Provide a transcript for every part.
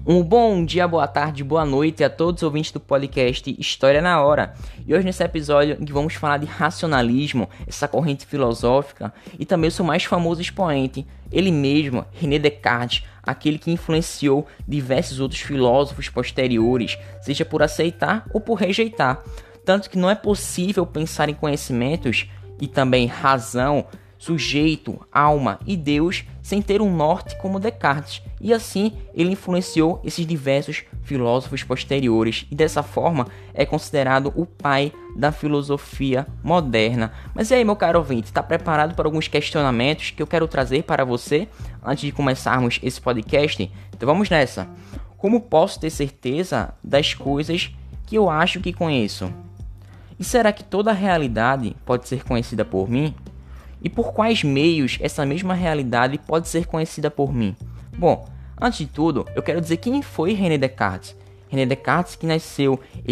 Um bom dia, boa tarde, boa noite a todos os ouvintes do podcast História na Hora. E hoje nesse episódio vamos falar de racionalismo, essa corrente filosófica, e também o seu mais famoso expoente, ele mesmo, René Descartes, aquele que influenciou diversos outros filósofos posteriores, seja por aceitar ou por rejeitar. Tanto que não é possível pensar em conhecimentos e também razão, sujeito, alma e Deus sem ter um norte como Descartes, e assim ele influenciou esses diversos filósofos posteriores e dessa forma é considerado o pai da filosofia moderna. Mas e aí, meu caro ouvinte, está preparado para alguns questionamentos que eu quero trazer para você antes de começarmos esse podcast? Então vamos nessa. Como posso ter certeza das coisas que eu acho que conheço? E será que toda a realidade pode ser conhecida por mim? E por quais meios essa mesma realidade pode ser conhecida por mim? Bom, antes de tudo, eu quero dizer quem foi René Descartes. René Descartes, que nasceu em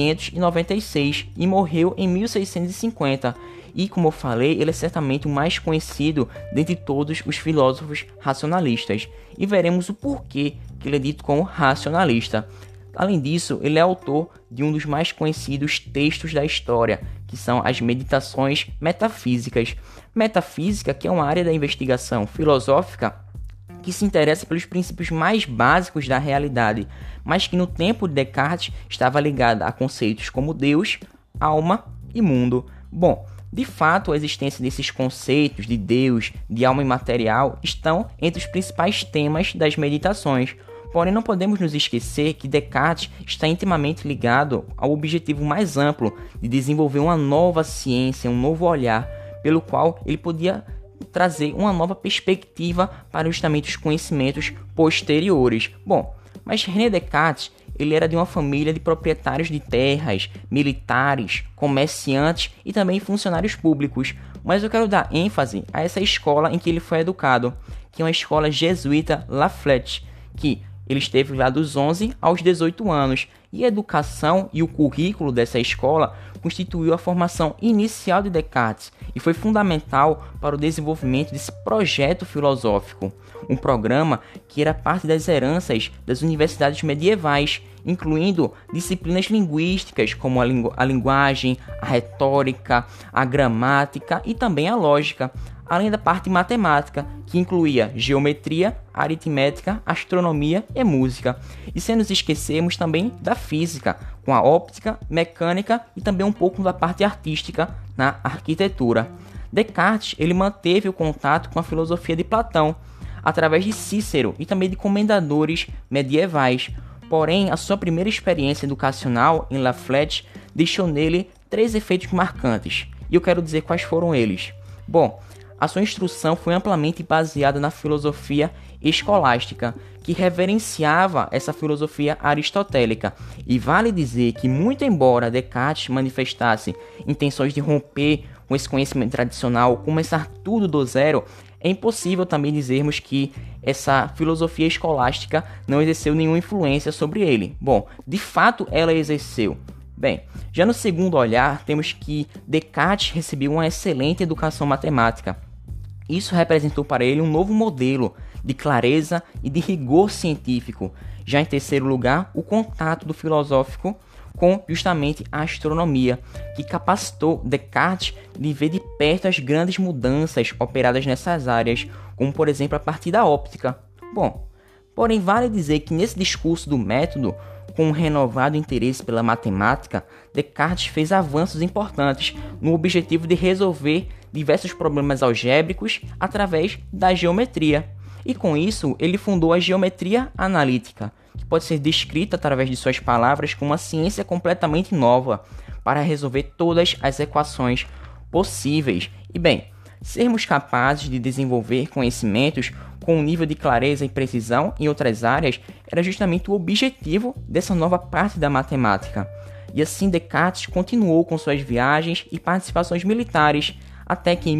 1596 e morreu em 1650. E como eu falei, ele é certamente o mais conhecido dentre todos os filósofos racionalistas. E veremos o porquê que ele é dito como racionalista. Além disso, ele é autor de um dos mais conhecidos textos da história, que são as Meditações Metafísicas. Metafísica, que é uma área da investigação filosófica que se interessa pelos princípios mais básicos da realidade, mas que no tempo de Descartes estava ligada a conceitos como Deus, alma e mundo. Bom, de fato, a existência desses conceitos de Deus, de alma imaterial, estão entre os principais temas das meditações. Porém, não podemos nos esquecer que Descartes está intimamente ligado ao objetivo mais amplo de desenvolver uma nova ciência, um novo olhar, pelo qual ele podia trazer uma nova perspectiva para justamente os conhecimentos posteriores. Bom, mas René Descartes ele era de uma família de proprietários de terras, militares, comerciantes e também funcionários públicos. Mas eu quero dar ênfase a essa escola em que ele foi educado, que é uma escola jesuíta La Flèche, que ele esteve lá dos 11 aos 18 anos, e a educação e o currículo dessa escola constituiu a formação inicial de Descartes e foi fundamental para o desenvolvimento desse projeto filosófico, um programa que era parte das heranças das universidades medievais, incluindo disciplinas linguísticas como a linguagem, a retórica, a gramática e também a lógica, além da parte matemática, que incluía geometria, aritmética, astronomia e música. E sem nos esquecermos também da física, com a óptica, mecânica e também um pouco da parte artística na arquitetura. Descartes ele manteve o contato com a filosofia de Platão, através de Cícero e também de comendadores medievais. Porém, a sua primeira experiência educacional em La Flèche deixou nele 3 efeitos marcantes. E eu quero dizer quais foram eles. Bom, a sua instrução foi amplamente baseada na filosofia escolástica, que reverenciava essa filosofia aristotélica. E vale dizer que, muito embora Descartes manifestasse intenções de romper com esse conhecimento tradicional, começar tudo do zero, é impossível também dizermos que essa filosofia escolástica não exerceu nenhuma influência sobre ele. Bom, de fato ela exerceu. Bem, já no segundo olhar, temos que Descartes recebeu uma excelente educação matemática. Isso representou para ele um novo modelo de clareza e de rigor científico. Já em terceiro lugar, o contato do filosófico com justamente a astronomia, que capacitou Descartes de ver de perto as grandes mudanças operadas nessas áreas, como por exemplo a partir da óptica. Bom, porém vale dizer que nesse discurso do método, com um renovado interesse pela matemática, Descartes fez avanços importantes no objetivo de resolver diversos problemas algébricos através da geometria. E com isso, ele fundou a geometria analítica, que pode ser descrita através de suas palavras como uma ciência completamente nova para resolver todas as equações possíveis. E bem, sermos capazes de desenvolver conhecimentos com um nível de clareza e precisão em outras áreas era justamente o objetivo dessa nova parte da matemática. E assim Descartes continuou com suas viagens e participações militares, até que em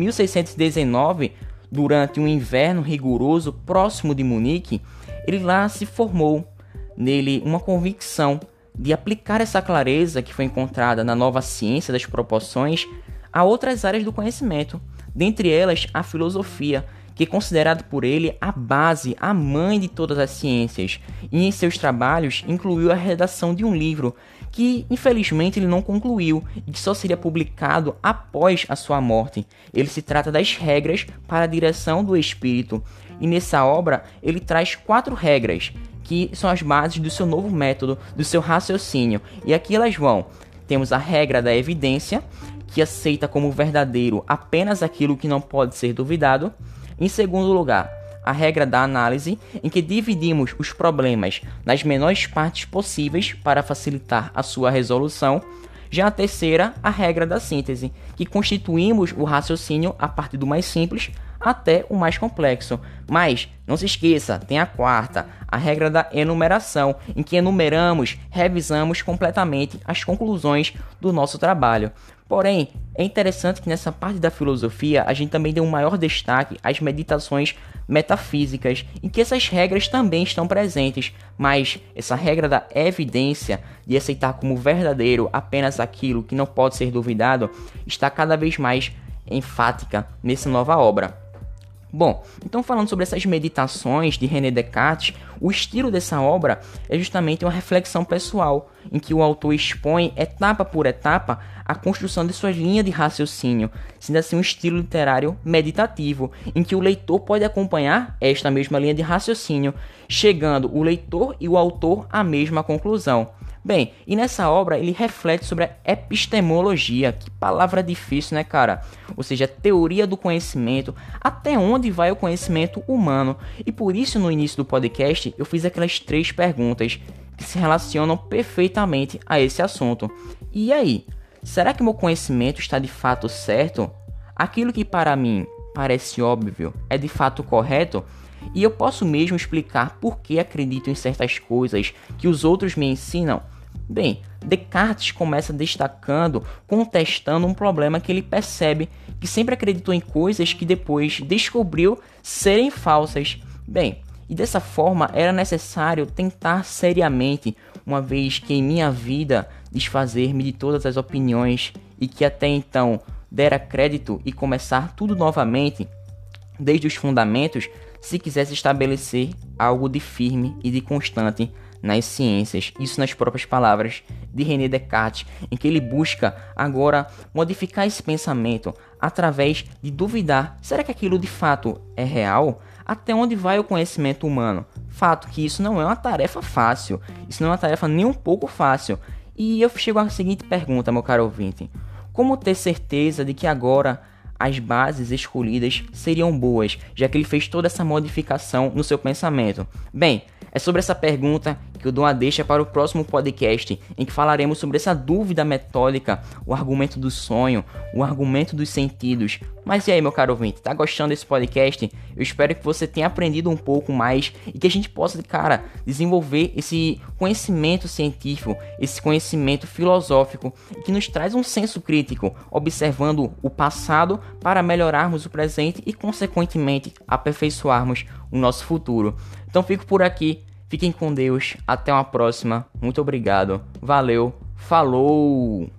1619, durante um inverno rigoroso próximo de Munique, ele lá se formou nele uma convicção de aplicar essa clareza que foi encontrada na nova ciência das proporções a outras áreas do conhecimento, dentre elas a filosofia, que é considerado por ele a base, a mãe de todas as ciências, e em seus trabalhos incluiu a redação de um livro que infelizmente ele não concluiu e que só seria publicado após a sua morte. Ele se trata das regras para a direção do espírito, e nessa obra ele traz 4 regras que são as bases do seu novo método, do seu raciocínio, e aqui elas vão. Temos a regra da evidência, que aceita como verdadeiro apenas aquilo que não pode ser duvidado. Em segundo lugar, a regra da análise, em que dividimos os problemas nas menores partes possíveis para facilitar a sua resolução. Já a terceira, a regra da síntese, que constituímos o raciocínio a partir do mais simples até o mais complexo. Mas, não se esqueça, tem a quarta, a regra da enumeração, em que enumeramos, revisamos completamente as conclusões do nosso trabalho. Porém, é interessante que nessa parte da filosofia a gente também dê um maior destaque às meditações metafísicas, em que essas regras também estão presentes, mas essa regra da evidência, de aceitar como verdadeiro apenas aquilo que não pode ser duvidado, está cada vez mais enfática nessa nova obra. Bom, então falando sobre essas meditações de René Descartes, o estilo dessa obra é justamente uma reflexão pessoal, em que o autor expõe etapa por etapa a construção de sua linha de raciocínio, sendo assim um estilo literário meditativo, em que o leitor pode acompanhar esta mesma linha de raciocínio, chegando o leitor e o autor à mesma conclusão. Bem, e nessa obra ele reflete sobre a epistemologia, que palavra difícil, né, cara? Ou seja, a teoria do conhecimento, até onde vai o conhecimento humano. E por isso no início do podcast eu fiz aquelas 3 perguntas que se relacionam perfeitamente a esse assunto. E aí, será que meu conhecimento está de fato certo? Aquilo que para mim parece óbvio é de fato correto? E eu posso mesmo explicar por que acredito em certas coisas que os outros me ensinam? Bem, Descartes começa destacando, contestando um problema que ele percebe, que sempre acreditou em coisas que depois descobriu serem falsas. Bem, e dessa forma era necessário tentar seriamente, uma vez que em minha vida desfazer-me de todas as opiniões e que até então dera crédito e começar tudo novamente, desde os fundamentos, se quisesse estabelecer algo de firme e de constante nas ciências. Isso nas próprias palavras de René Descartes, em que ele busca agora modificar esse pensamento através de duvidar. Será que aquilo de fato é real? Até onde vai o conhecimento humano? Fato que isso não é uma tarefa fácil. Isso não é uma tarefa nem um pouco fácil. E eu chego à seguinte pergunta, meu caro ouvinte. Como ter certeza de que agora as bases escolhidas seriam boas, já que ele fez toda essa modificação no seu pensamento? Bem, é sobre essa pergunta que eu dou uma deixa para o próximo podcast, em que falaremos sobre essa dúvida metódica, o argumento do sonho, o argumento dos sentidos. Mas e aí, meu caro ouvinte, tá gostando desse podcast? Eu espero que você tenha aprendido um pouco mais e que a gente possa, cara, desenvolver esse conhecimento científico, esse conhecimento filosófico, que nos traz um senso crítico, observando o passado para melhorarmos o presente e, consequentemente, aperfeiçoarmos o nosso futuro. Então fico por aqui, fiquem com Deus, até uma próxima, muito obrigado, valeu, falou!